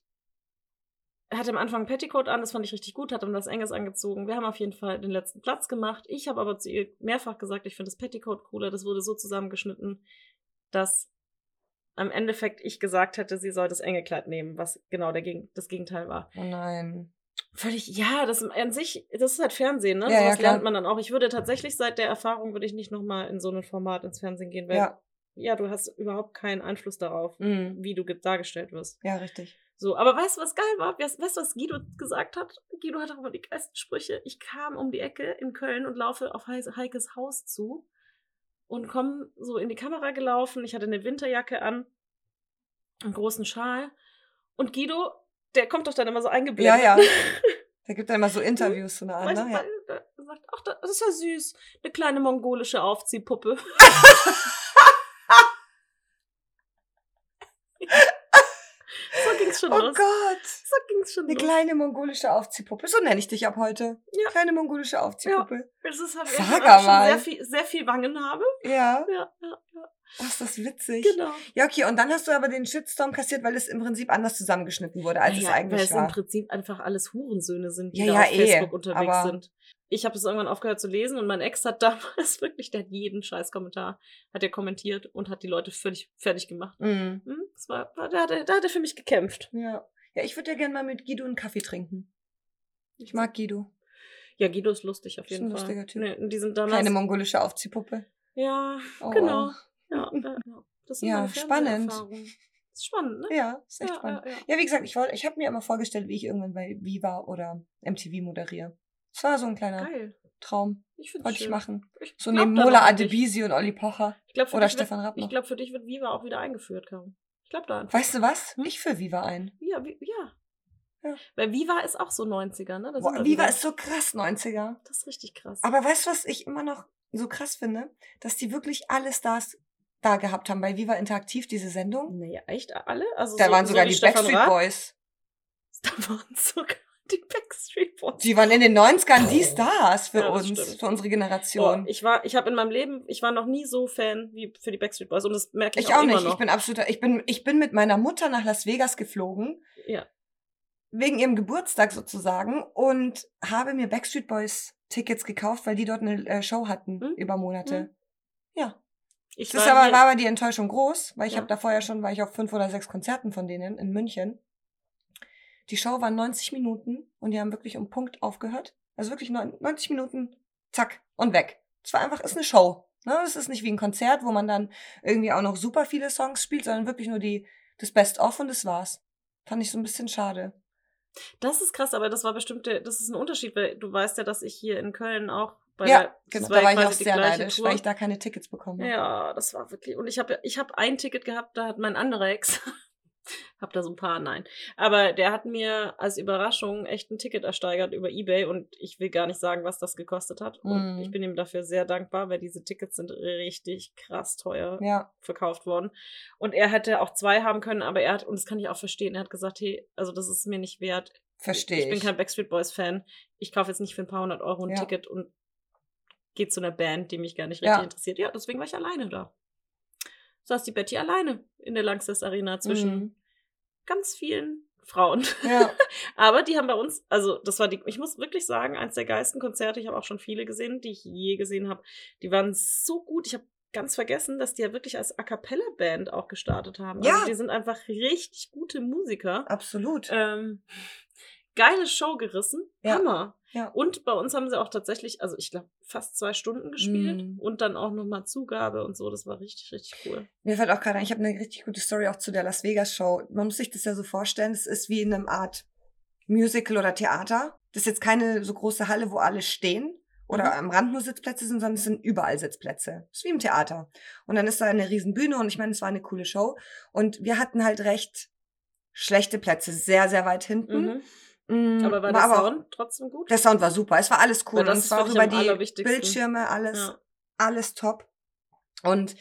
er hatte am Anfang ein Petticoat an, das fand ich richtig gut, hat dann was Enges angezogen. Wir haben auf jeden Fall den letzten Platz gemacht. Ich habe aber zu ihr mehrfach gesagt, ich finde das Petticoat cooler. Das wurde so zusammengeschnitten, dass am Endeffekt ich gesagt hätte, sie soll das enge Kleid nehmen, was genau das Gegenteil war. Oh nein. Völlig, ja, das an sich, das ist halt Fernsehen, ne? Ja, sowas lernt man dann auch. Ich würde tatsächlich seit der Erfahrung, würde ich nicht nochmal in so ein Format ins Fernsehen gehen, weil du hast überhaupt keinen Einfluss darauf, wie du dargestellt wirst. Ja, richtig. So, aber weißt du, was geil war? Weißt du, was Guido gesagt hat? Guido hat auch immer die geilsten Sprüche. Ich kam um die Ecke in Köln und laufe auf Heikes Haus zu und komme so in die Kamera gelaufen. Ich hatte eine Winterjacke an, einen großen Schal und Guido, der kommt doch dann immer so eingeblendet. Ja. Der gibt dann immer so Interviews zu einer anderen. Ja. Der sagt, ach, das ist ja süß. Eine kleine mongolische Aufziehpuppe. So ging's schon los. Oh Gott. So ging's schon los. Eine kleine mongolische Aufziehpuppe. So nenne ich dich ab heute. Ja. Kleine mongolische Aufziehpuppe. Ja. Das ist halt Sag mal. Sehr viel Wangen habe. Ja. Ja. Oh, ist das witzig. Genau. Ja, okay, und dann hast du aber den Shitstorm kassiert, weil es im Prinzip anders zusammengeschnitten wurde, als es eigentlich war. Weil es im Prinzip einfach alles Hurensöhne sind, die da auf Facebook unterwegs sind. ich habe es irgendwann aufgehört zu lesen und mein Ex hat damals wirklich, der hat jeden Scheiß-Kommentar, hat er kommentiert und hat die Leute völlig fertig gemacht. Da hat er für mich gekämpft. Ja, ich würde ja gerne mal mit Guido einen Kaffee trinken. Ich mag Guido. Ja, Guido ist lustig auf jeden Fall. Ist ein lustiger Typ. Nee, die sind damals Kleine mongolische Aufziehpuppe. Ja, genau. Wow. Ja. Das sind ja, spannend. Das ist spannend, ne? Ja, ist echt spannend. Ja, wie gesagt, ich habe mir immer vorgestellt, wie ich irgendwann bei Viva oder MTV moderiere. Das war so ein kleiner Traum. Wollte ich machen. So neben Mola Adebisi und Olli Pocher. Oder Stefan Rapp noch. Ich glaube, für dich wird Viva auch wieder eingeführt, Karin. Ich glaube da einfach. Weißt du was? Ich für Viva ein. Ja. Weil Viva ist auch so 90er, ne? Viva ist so krass 90er. Das ist richtig krass. Aber weißt du, was ich immer noch so krass finde? Dass die wirklich alle Stars da gehabt haben bei Viva Interaktiv, diese Sendung. Naja, echt alle? Also da waren sogar die Backstreet Boys. Da waren sogar die Backstreet Boys. Die waren in den 90ern die Stars für uns, für unsere Generation. Ich habe in meinem Leben, ich war noch nie so Fan wie für die Backstreet Boys und das merke ich auch immer nicht. noch. Ich bin mit meiner Mutter nach Las Vegas geflogen. Ja. Wegen ihrem Geburtstag sozusagen und habe mir Backstreet Boys Tickets gekauft, weil die dort eine Show hatten über Monate. Ja. War aber die Enttäuschung groß, weil ich habe da vorher schon, war ich auf 5 oder 6 Konzerten von denen in München. Die Show war 90 Minuten und die haben wirklich um Punkt aufgehört. Also wirklich 90 Minuten, zack, und weg. Es war einfach, ist eine Show. Ne? Es ist nicht wie ein Konzert, wo man dann irgendwie auch noch super viele Songs spielt, sondern wirklich nur das Best-of und das war's. Fand ich so ein bisschen schade. Das ist krass, aber das ist ein Unterschied, weil du weißt ja, dass ich hier in Köln auch genau, da war ich auch sehr neidisch, weil ich da keine Tickets bekommen habe. Ja, das war wirklich, und ich hab ein Ticket gehabt, da hat mein anderer Ex, hab da so ein paar, nein, aber der hat mir als Überraschung echt ein Ticket ersteigert über eBay und ich will gar nicht sagen, was das gekostet hat und ich bin ihm dafür sehr dankbar, weil diese Tickets sind richtig krass teuer verkauft worden und er hätte auch 2 haben können, aber und das kann ich auch verstehen, er hat gesagt, hey, also das ist mir nicht wert. Verstehe ich. Ich bin kein Backstreet Boys Fan, ich kaufe jetzt nicht für ein paar 100 Euro ein Ticket und gehe zu einer Band, die mich gar nicht richtig interessiert. Ja, deswegen war ich alleine da. Saß die Betty alleine in der Lanxess Arena zwischen ganz vielen Frauen. Ja. Aber die haben bei uns, also das war ich muss wirklich sagen, eins der geilsten Konzerte, ich habe auch schon viele gesehen, die ich je gesehen habe, die waren so gut. Ich habe ganz vergessen, dass die ja wirklich als A-Cappella-Band auch gestartet haben. Ja. Also die sind einfach richtig gute Musiker. Absolut. Geile Show gerissen. Ja. Hammer. Ja. Und bei uns haben sie auch tatsächlich, also ich glaube, fast 2 Stunden gespielt und dann auch nochmal Zugabe und so. Das war richtig, richtig cool. Mir fällt auch gerade ein, ich habe eine richtig gute Story auch zu der Las Vegas Show. Man muss sich das ja so vorstellen, es ist wie in einer Art Musical oder Theater. Das ist jetzt keine so große Halle, wo alle stehen oder am Rand nur Sitzplätze sind, sondern es sind überall Sitzplätze. Das ist wie im Theater. Und dann ist da eine riesen Bühne und ich meine, es war eine coole Show. Und wir hatten halt recht schlechte Plätze, sehr, sehr weit hinten. Aber war der Sound trotzdem gut? Der Sound war super, es war alles cool. Und es war auch über die Bildschirme, alles top. Und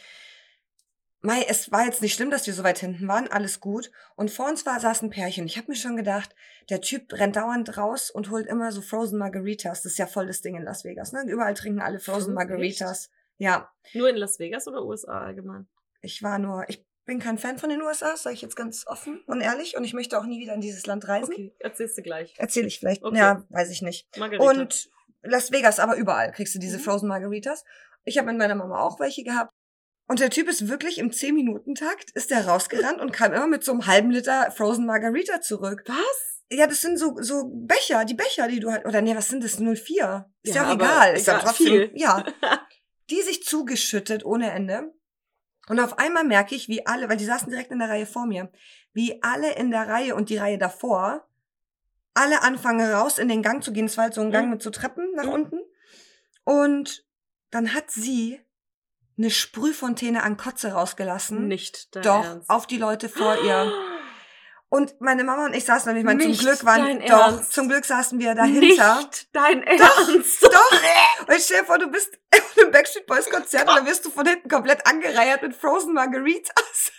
es war jetzt nicht schlimm, dass wir so weit hinten waren, alles gut. Und vor uns saß ein Pärchen. Ich habe mir schon gedacht, der Typ rennt dauernd raus und holt immer so Frozen Margaritas. Das ist ja voll das Ding in Las Vegas, ne? Überall trinken alle Frozen Margaritas. Echt? Ja. Nur in Las Vegas oder USA allgemein? Ich bin kein Fan von den USA, sage ich jetzt ganz offen und ehrlich. Und ich möchte auch nie wieder in dieses Land reisen. Okay, erzählst du gleich. Erzähl ich vielleicht. Okay. Ja, weiß ich nicht. Margarita. Und Las Vegas, aber überall kriegst du diese Frozen Margaritas. Ich habe mit meiner Mama auch welche gehabt. Und der Typ ist wirklich im 10-Minuten-Takt, ist der rausgerannt und kam immer mit so einem halben Liter Frozen Margarita zurück. Was? Ja, das sind so Becher, die du halt, oder nee, was sind das? 04? Ist ja auch egal. Ist ja trotzdem, viel. Ja. Die sich zugeschüttet ohne Ende. Und auf einmal merke ich, wie alle, weil die saßen direkt in der Reihe vor mir, wie alle in der Reihe und die Reihe davor, alle anfangen raus in den Gang zu gehen. Es war halt so ein Gang mit so Treppen nach unten. Und dann hat sie eine Sprühfontäne an Kotze rausgelassen. Nicht dein Doch, Ernst. Auf die Leute vor ihr. Und meine Mama und ich saßen, ich meine, zum Glück saßen wir dahinter. Nicht dein Ernst. Doch. Und ich stell dir vor, du bist in einem Backstreet Boys Konzert und dann wirst du von hinten komplett angereiert mit Frozen Margaritas.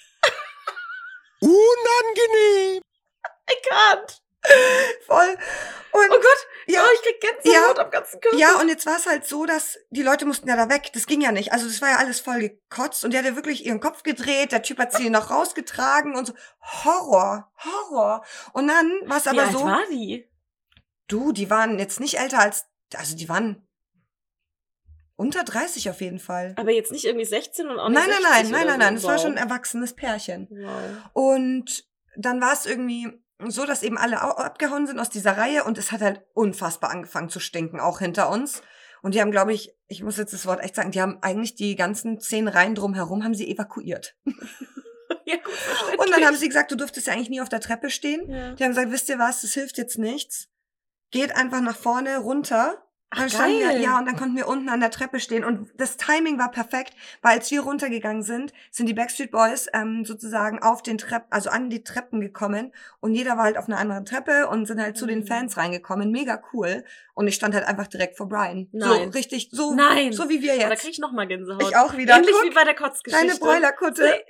Unangenehm. I can't. Voll. Und oh Gott, ja, ich krieg Gänsehaut am ganzen Körper. Ja, und jetzt war es halt so, dass die Leute mussten ja da weg. Das ging ja nicht. Also das war ja alles voll gekotzt und die hat ja wirklich ihren Kopf gedreht. Der Typ hat sie noch rausgetragen und so. Horror. Und dann war es aber so. Wie alt war die? Du, die waren jetzt nicht älter als Also die waren unter 30 auf jeden Fall. Aber jetzt nicht irgendwie 16 und auch nicht 60 Nein. Es war schon ein erwachsenes Pärchen. Wow. Und dann war es irgendwie so, dass eben alle abgehauen sind aus dieser Reihe und es hat halt unfassbar angefangen zu stinken, auch hinter uns. Und die haben, glaube ich muss jetzt das Wort echt sagen, die haben eigentlich die ganzen 10 Reihen drumherum haben sie evakuiert. Ja, gut, und dann haben sie gesagt, du durftest ja eigentlich nie auf der Treppe stehen. Ja. Die haben gesagt, wisst ihr was, das hilft jetzt nichts. Geht einfach nach vorne runter. Dann geil. und dann konnten wir unten an der Treppe stehen. Und das Timing war perfekt, weil als wir runtergegangen sind die Backstreet Boys sozusagen auf den also an die Treppen gekommen. Und jeder war halt auf einer anderen Treppe und sind halt zu den Fans reingekommen. Mega cool. Und ich stand halt einfach direkt vor Brian. Nein. So richtig, so wie wir jetzt. Da jetzt. krieg ich nochmal Gänsehaut. Ich auch wieder. Ähnlich wie bei der Kotzgeschichte. Deine Bräulerkutte.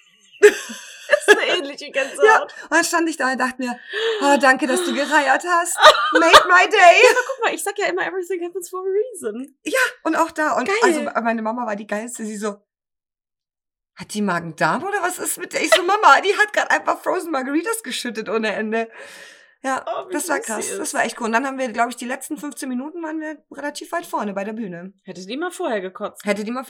Ist eine ähnliche Gänsehaut. Ja, und dann stand ich da und dachte mir, oh, danke, dass du gereiert hast. Made my day. Ja, aber guck mal, ich sag ja immer, everything happens for a reason. Ja, und auch da. Und geil. Also meine Mama war die geilste. Sie so, hat die Magen-Darm oder was ist mit der? Ich so, Mama, die hat gerade einfach Frozen Margaritas geschüttet ohne Ende. Ja, das war krass. Das war echt cool. Und dann haben wir, glaube ich, die letzten 15 Minuten waren wir relativ weit vorne bei der Bühne. Hätte die mal vorher gekotzt.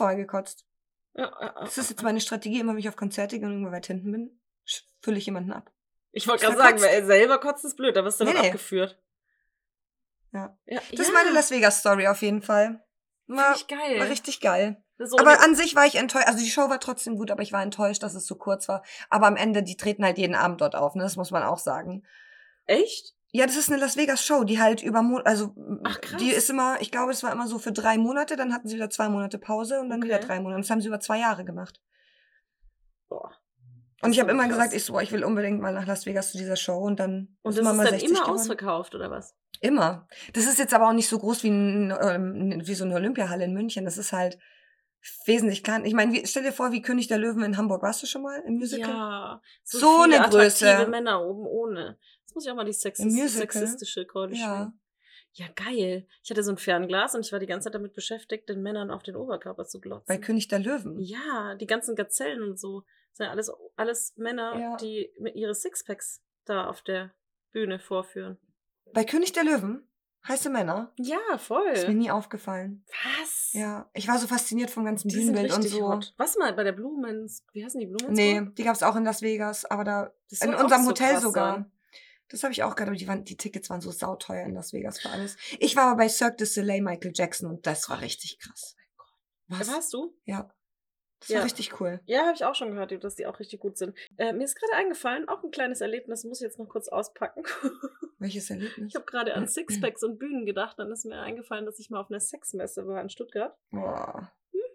Ja. Das ist jetzt meine Strategie, immer wenn ich auf Konzerte gehe und irgendwo weit hinten bin, fülle ich jemanden ab. Ich wollte gerade sagen, weil selber kotzt ist blöd, da wirst du dann abgeführt. Ja. Das ist meine Las Vegas Story auf jeden Fall. War richtig geil. Aber an sich war ich enttäuscht. Also die Show war trotzdem gut, aber ich war enttäuscht, dass es so kurz war. Aber am Ende, die treten halt jeden Abend dort auf, ne? Das muss man auch sagen. Echt? Ja, das ist eine Las Vegas Show, die halt über krass. Die ist immer, ich glaube, es war immer so für 3 Monate, dann hatten sie wieder 2 Monate Pause und dann wieder 3 Monate. Das haben sie über 2 Jahre gemacht. Boah. Und ich habe immer gesagt, ich will unbedingt mal nach Las Vegas zu dieser Show und dann und das ist dann immer ausverkauft, oder was? Immer. Das ist jetzt aber auch nicht so groß wie so eine Olympiahalle in München. Das ist halt wesentlich klein. Ich meine, stell dir vor, wie König der Löwen in Hamburg. Warst du schon mal im Musical? Ja. So eine Größe. Attraktive Männer oben ohne. Jetzt muss ich auch mal die sexistische Keule schwingen. Ja, geil. Ich hatte so ein Fernglas und ich war die ganze Zeit damit beschäftigt, den Männern auf den Oberkörper zu glotzen. Bei König der Löwen? Ja, die ganzen Gazellen und so. Das sind ja alles Männer, die ihre Sixpacks da auf der Bühne vorführen. Bei König der Löwen? Heiße Männer? Ja, voll. Ist mir nie aufgefallen. Was? Ja, ich war so fasziniert vom ganzen Bühnenbild und so. Hot. Was mal bei der Blumens, wie heißen die Blumens? Nee, die gab's auch in Las Vegas, aber da in unserem Hotel sogar. Sein. Das habe ich auch gehört, aber die Tickets waren so sauteuer in Las Vegas für alles. Ich war aber bei Cirque du Soleil Michael Jackson und das war richtig krass. Was? Da warst du? Ja. Das war richtig cool. Ja, habe ich auch schon gehört, dass die auch richtig gut sind. Mir ist gerade eingefallen, auch ein kleines Erlebnis, muss ich jetzt noch kurz auspacken. Welches Erlebnis? Ich habe gerade an Sixpacks und Bühnen gedacht, dann ist mir eingefallen, dass ich mal auf einer Sexmesse war in Stuttgart. Boah.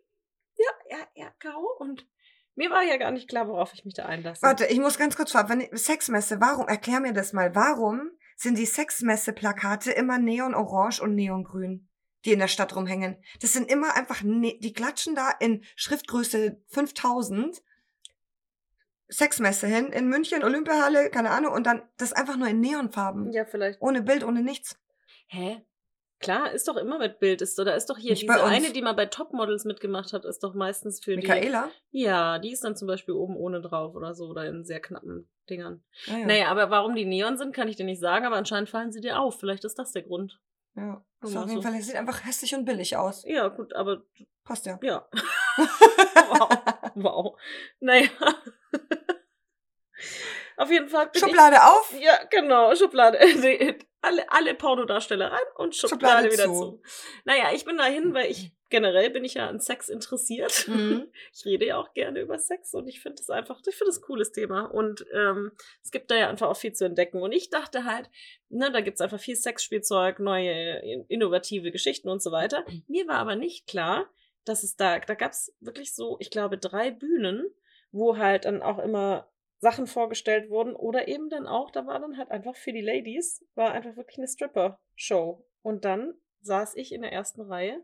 Ja, Caro. Und mir war ja gar nicht klar, worauf ich mich da einlasse. Warte, ich muss ganz kurz fragen, Sexmesse, erklär mir das mal, warum sind die Sexmesse-Plakate immer neonorange und neongrün, die in der Stadt rumhängen? Das sind immer einfach, die klatschen da in Schriftgröße 5000 Sexmesse hin, in München, Olympiahalle, keine Ahnung, und dann das einfach nur in Neonfarben. Ja, vielleicht. Ohne Bild, ohne nichts. Hä? Klar, ist doch immer mit Bild. Da ist doch hier diese eine, die mal bei Topmodels mitgemacht hat, ist doch meistens für Michaela? Ja, die ist dann zum Beispiel oben ohne drauf oder so, oder in sehr knappen Dingern. Ah, ja. Naja, aber warum die Neon sind, kann ich dir nicht sagen, aber anscheinend fallen sie dir auf. Vielleicht ist das der Grund. Ja, das auf jeden Fall, es sieht einfach hässlich und billig aus. Ja, gut, aber... Passt ja. Ja. Wow. Naja. Auf jeden Fall Schublade auf? Ja, genau, Schublade. Alle Pornodarsteller rein und Schublade wieder zu. Naja, ich bin dahin, weil generell bin ich ja an Sex interessiert. Mhm. Ich rede ja auch gerne über Sex und ich finde es ein cooles Thema. Und es gibt da ja einfach auch viel zu entdecken. Und ich dachte halt, da gibt es einfach viel Sexspielzeug, neue, innovative Geschichten und so weiter. Mir war aber nicht klar, dass es da gab es wirklich so, ich glaube, 3 Bühnen, wo halt dann auch immer Sachen vorgestellt wurden oder eben dann auch, da war dann halt einfach für die Ladies, war einfach wirklich eine Stripper-Show. Und dann saß ich in der ersten Reihe.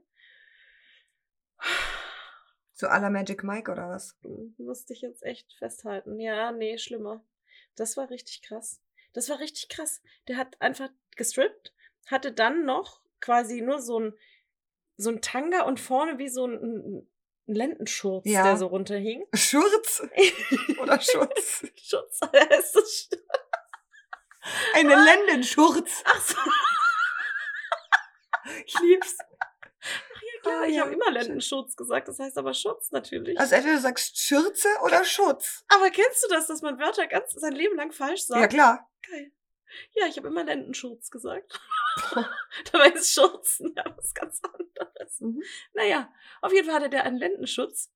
So à la Magic Mike oder was? Musste ich jetzt echt festhalten. Ja, nee, schlimmer. Das war richtig krass. Der hat einfach gestrippt, hatte dann noch quasi nur so ein Tanga und vorne wie so ein Lendenschurz, der so runterhing. Schurz? Oder Schutz? Schutz heißt das. Eine Lendenschurz. Ach so. Ich lieb's. Ach ja, klar, ich habe immer Lendenschutz gesagt, das heißt aber Schutz natürlich. Also entweder du sagst Schürze oder Schutz. Aber kennst du das, dass man Wörter sein Leben lang falsch sagt? Ja, klar. Geil. Ja, ich habe immer Lendenschutz gesagt. Dabei ist Schutz ja was ganz anderes. Naja, auf jeden Fall hatte der einen Lendenschutz.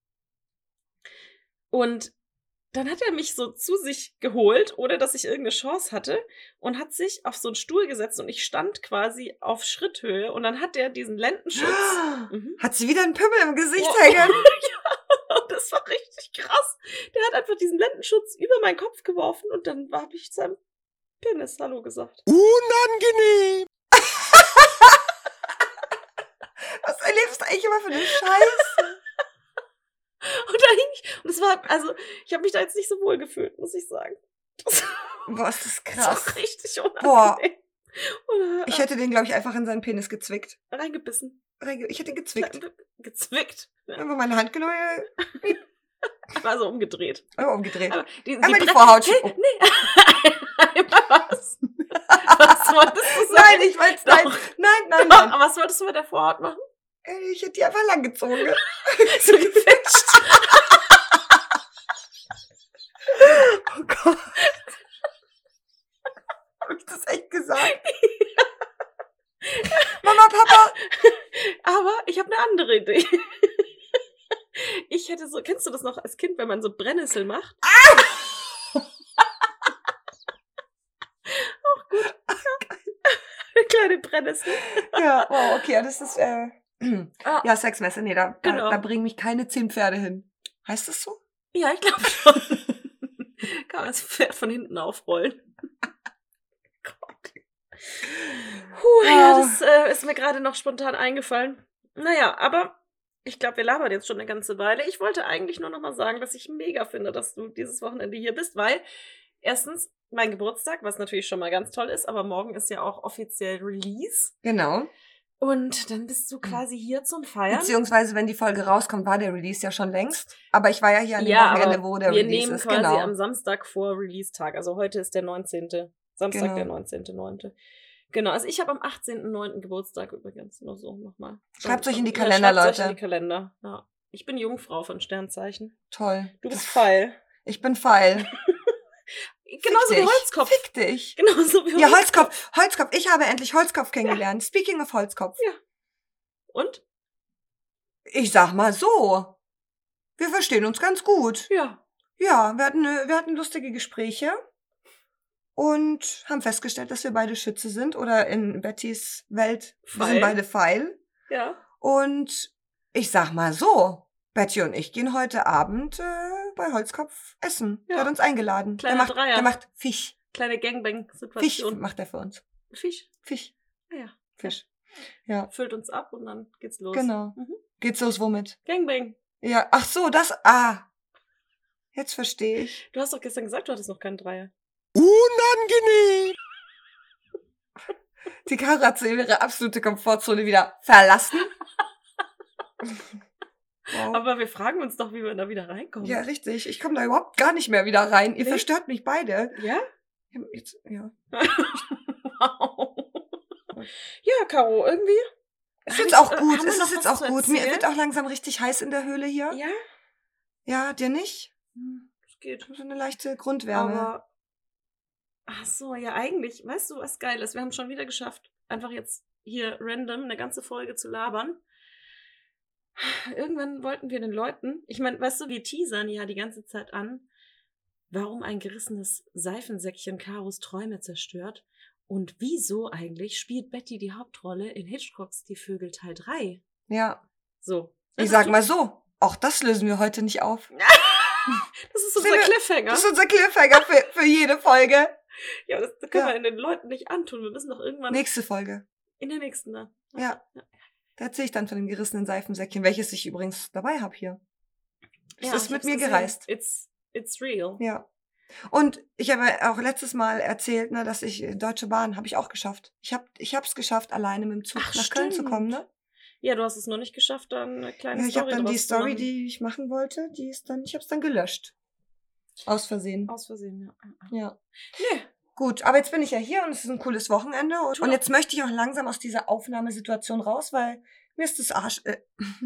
Und dann hat er mich so zu sich geholt, ohne dass ich irgendeine Chance hatte, und hat sich auf so einen Stuhl gesetzt und ich stand quasi auf Schritthöhe und dann hat er diesen Lendenschutz. Hat sie wieder einen Pimmel im Gesicht hängen? Ja, das war richtig krass. Der hat einfach diesen Lendenschutz über meinen Kopf geworfen und dann habe ich seinem Penis Hallo gesagt. Unangenehm! Was erlebst du eigentlich immer für eine Scheiße? Und da hing ich. Und es war, also, ich habe mich da jetzt nicht so wohl gefühlt, muss ich sagen. Boah, ist das krass. Das war richtig unangenehm. Boah. Oder, Ich hätte den, glaube ich, einfach in seinen Penis gezwickt. reingebissen. Ich hätte gezwickt. Gezwickt. Einfach meine Hand genommen, War so umgedreht. einmal umgedreht. Aber die Vorhaut. Hey, nee. Einmal was. Was wolltest du sagen? Nein, ich weiß nein. Aber was wolltest du mit der Vorhaut machen? Ich hätte die einfach langgezogen. So gefetscht. Oh Gott. Habe ich das echt gesagt? Mama, Papa. Aber ich habe eine andere Idee. Ich hätte so, kennst du das noch als Kind, wenn man so Brennnessel macht? Auch gut. Eine kleine Brennnessel. Ja, wow, okay, das ist, ja, Sexmesse, nee, da bringen mich keine 10 Pferde hin. Heißt das so? Ja, ich glaube schon. Kann man das Pferd von hinten aufrollen. Gott. Ja, das ist mir gerade noch spontan eingefallen. Naja, aber ich glaube, wir labern jetzt schon eine ganze Weile. Ich wollte eigentlich nur noch mal sagen, dass ich mega finde, dass du dieses Wochenende hier bist, weil erstens mein Geburtstag, was natürlich schon mal ganz toll ist, aber morgen ist ja auch offiziell Release. Genau. Und dann bist du quasi hier zum Feiern. Beziehungsweise, wenn die Folge rauskommt, war der Release ja schon längst. Aber ich war ja hier an dem Wochenende, wo der Release ist. Wir nehmen quasi am Samstag vor Release-Tag. Also heute ist der 19. Samstag, der 19.9. Genau, also ich habe am 18.9. Geburtstag übrigens. Nur so nochmal. Schreibt euch in die Kalender, Leute. Schreibt euch in die Kalender, ja. Ich bin Jungfrau von Sternzeichen. Toll. Du bist Pfeil. Ich bin Pfeil. Genauso wie Holzkopf. Fick dich. Genauso wie Holzkopf. Holzkopf. Ich habe endlich Holzkopf kennengelernt. Ja. Speaking of Holzkopf. Ja. Und? Ich sag mal so. Wir verstehen uns ganz gut. Ja. Ja, wir hatten lustige Gespräche und haben festgestellt, dass wir beide Schütze sind oder in Bettys Welt, wir sind beide Pfeil. Ja. Und ich sag mal so, Betty und ich gehen heute Abend bei Holzkopf essen. Ja. Der hat uns eingeladen. Der macht Fisch. Kleine Gangbang-Situation. Fisch macht er für uns. Fisch. Ja. Fisch. Ja. Füllt uns ab und dann geht's los. Genau. Geht's los womit? Gangbang. Ja, ach so, jetzt verstehe ich. Du hast doch gestern gesagt, du hattest noch keinen Dreier. Unangenehm! Die Caro hat so ihre absolute Komfortzone wieder verlassen. Wow. Aber wir fragen uns doch, wie wir da wieder reinkommen. Ja, richtig. Ich komme da überhaupt gar nicht mehr wieder rein. Ihr verstört mich beide. Ja? Ja. Wow. Ja, Caro, irgendwie. Es ist auch gut. Es ist jetzt auch gut. Mir wird auch langsam richtig heiß in der Höhle hier. Ja? Ja, dir nicht? Es geht. So eine leichte Grundwärme. Aber, ach so, ja, eigentlich, weißt du, was geil ist? Wir haben es schon wieder geschafft, einfach jetzt hier random eine ganze Folge zu labern. Irgendwann wollten wir den Leuten, ich meine, weißt du, wir teasern ja die ganze Zeit an, warum ein gerissenes Seifensäckchen Caros Träume zerstört und wieso eigentlich spielt Betty die Hauptrolle in Hitchcocks Die Vögel Teil 3. Ja. So. Ich sag mal so, auch das lösen wir heute nicht auf. Das ist unser Cliffhanger. Das ist unser Cliffhanger für jede Folge. Ja, das können wir den Leuten nicht antun. Wir müssen doch irgendwann... Nächste Folge. In der nächsten, ne? Ja. Da erzähle ich dann von dem gerissenen Seifensäckchen, welches ich übrigens dabei habe hier. Es ist mit mir gereist. It's real. Ja. Und ich habe auch letztes Mal erzählt, ne, dass ich Deutsche Bahn habe ich auch geschafft. Ich hab's geschafft, alleine mit dem Zug nach Köln zu kommen, ne? Ja, du hast es noch nicht geschafft, dann eine kleine Story ich habe dann die Story, die ich machen wollte, ich habe es dann gelöscht. Aus Versehen. Aus Versehen, ja. Ja. Nee, Gut, aber jetzt bin ich ja hier und es ist ein cooles Wochenende. Und jetzt möchte ich auch langsam aus dieser Aufnahmesituation raus, weil mir ist das Arsch. Mir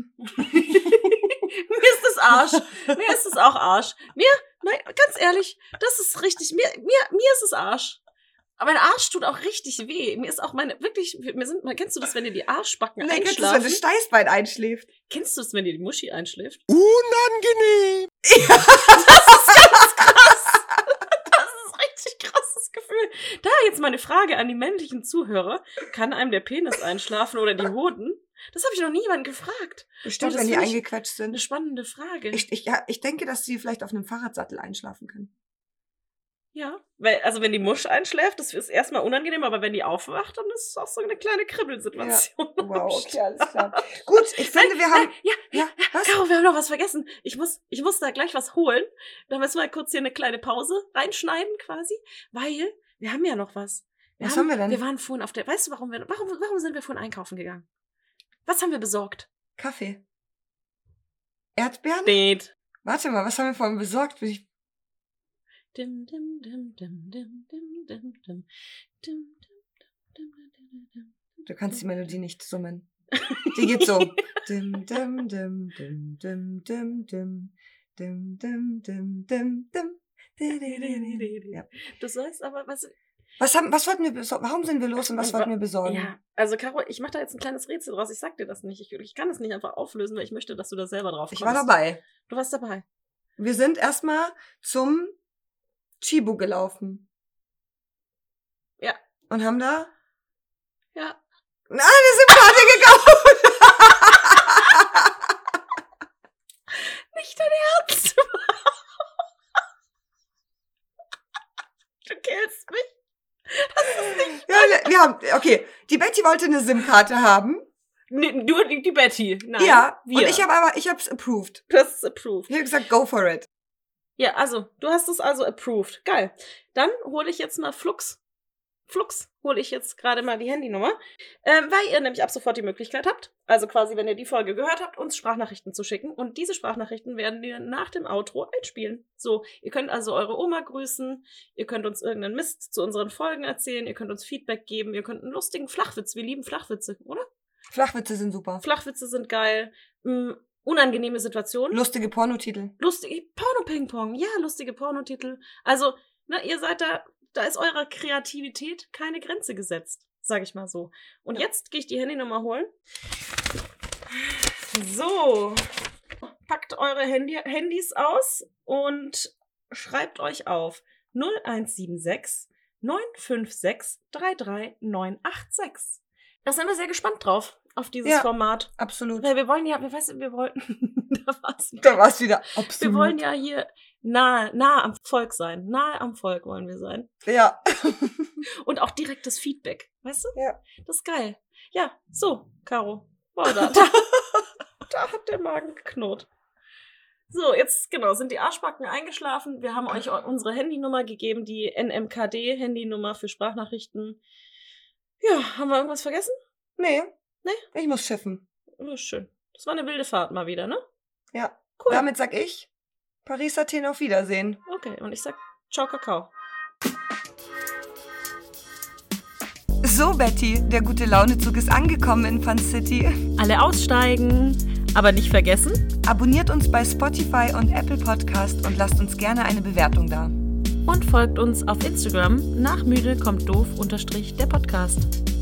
ist das Arsch. Mir ist es auch Arsch. Nein, ganz ehrlich, das ist richtig. Mir ist es Arsch. Aber mein Arsch tut auch richtig weh. Mir ist auch kennst du das, wenn dir die Arschbacken einschlafen? Kennst du das, wenn das Steißbein einschläft? Kennst du das, wenn dir die Muschi einschläft? Unangenehm. Ja, das ist ganz krass. Das ist ein richtig krasses Gefühl. Da jetzt mal eine Frage an die männlichen Zuhörer. Kann einem der Penis einschlafen oder die Hoden? Das habe ich noch nie jemanden gefragt. Bestimmt, wenn die eingequetscht sind. Eine spannende Frage. Ich denke, dass sie vielleicht auf einem Fahrradsattel einschlafen können. Ja, also wenn die Musch einschläft, das ist erstmal unangenehm, aber wenn die aufwacht, dann ist es auch so eine kleine Kribbelsituation. Ja. Wow, okay, alles klar. Gut, ich finde, wir haben... Was? Caro, wir haben noch was vergessen. Ich muss da gleich was holen. Da müssen wir kurz hier eine kleine Pause reinschneiden quasi, weil wir haben ja noch was. Was haben wir denn? Wir waren vorhin weißt du, warum sind wir vorhin einkaufen gegangen? Was haben wir besorgt? Kaffee. Erdbeeren? Date. Warte mal, was haben wir vorhin besorgt? Du kannst die Melodie nicht summen. Die geht so. Ja. Du sollst aber was wollten wir besorgen? Warum sind wir los und was wollten wir besorgen? Ja, also Caro, ich mache da jetzt ein kleines Rätsel draus. Ich sag dir das nicht. Ich kann das nicht einfach auflösen, weil ich möchte, dass du da selber drauf kommst. Ich war dabei. Du warst dabei. Wir sind erstmal zum Chibo gelaufen. Ja. Und haben da... Ja. Eine SIM-Karte gekauft. Nicht dein Ernst. Du killst mich. Das ist nicht wir haben... Okay, die Betty wollte eine SIM-Karte haben. Nee, du, die Betty. Nein, ja, wir. Und ich hab's approved. Du hast es approved. Ich habe gesagt, go for it. Ja, also, du hast es also approved. Geil. Dann hole ich jetzt mal Flux hole ich jetzt gerade mal die Handynummer, weil ihr nämlich ab sofort die Möglichkeit habt, also quasi, wenn ihr die Folge gehört habt, uns Sprachnachrichten zu schicken. Und diese Sprachnachrichten werden wir nach dem Outro einspielen. So, ihr könnt also eure Oma grüßen, ihr könnt uns irgendeinen Mist zu unseren Folgen erzählen, ihr könnt uns Feedback geben, ihr könnt einen lustigen Flachwitz, wir lieben Flachwitze, oder? Flachwitze sind super. Flachwitze sind geil. Unangenehme Situationen. Lustige Pornotitel. Lustige Porno-Ping-Pong. Ja, lustige Pornotitel. Also, ihr seid da ist eurer Kreativität keine Grenze gesetzt, sag ich mal so. Und jetzt gehe ich die Handynummer holen. So. Packt eure Handys aus und schreibt euch auf 0176 956 33986. Da sind wir sehr gespannt drauf, auf dieses Format. Absolut. Weil wir wollten, da war's wieder. Absolut. Wir wollen ja hier nah am Volk sein. Nahe am Volk wollen wir sein. Ja. Und auch direktes Feedback, weißt du? Ja. Das ist geil. Ja, so, Caro. Wow, da hat der Magen geknurrt. So, jetzt, sind die Arschbacken eingeschlafen. Wir haben euch unsere Handynummer gegeben, die NMKD-Handynummer für Sprachnachrichten. Ja, haben wir irgendwas vergessen? Nee. Ich muss schiffen. Oh, schön. Das war eine wilde Fahrt mal wieder, ne? Ja. Cool. Damit sag ich, Paris, Athen, auf Wiedersehen. Okay, und ich sag ciao, Kakao. So, Betty, der gute Launezug ist angekommen in Fun City. Alle aussteigen, aber nicht vergessen. Abonniert uns bei Spotify und Apple Podcast und lasst uns gerne eine Bewertung da. Und folgt uns auf Instagram @nachmüde_kommt_doof_ der Podcast.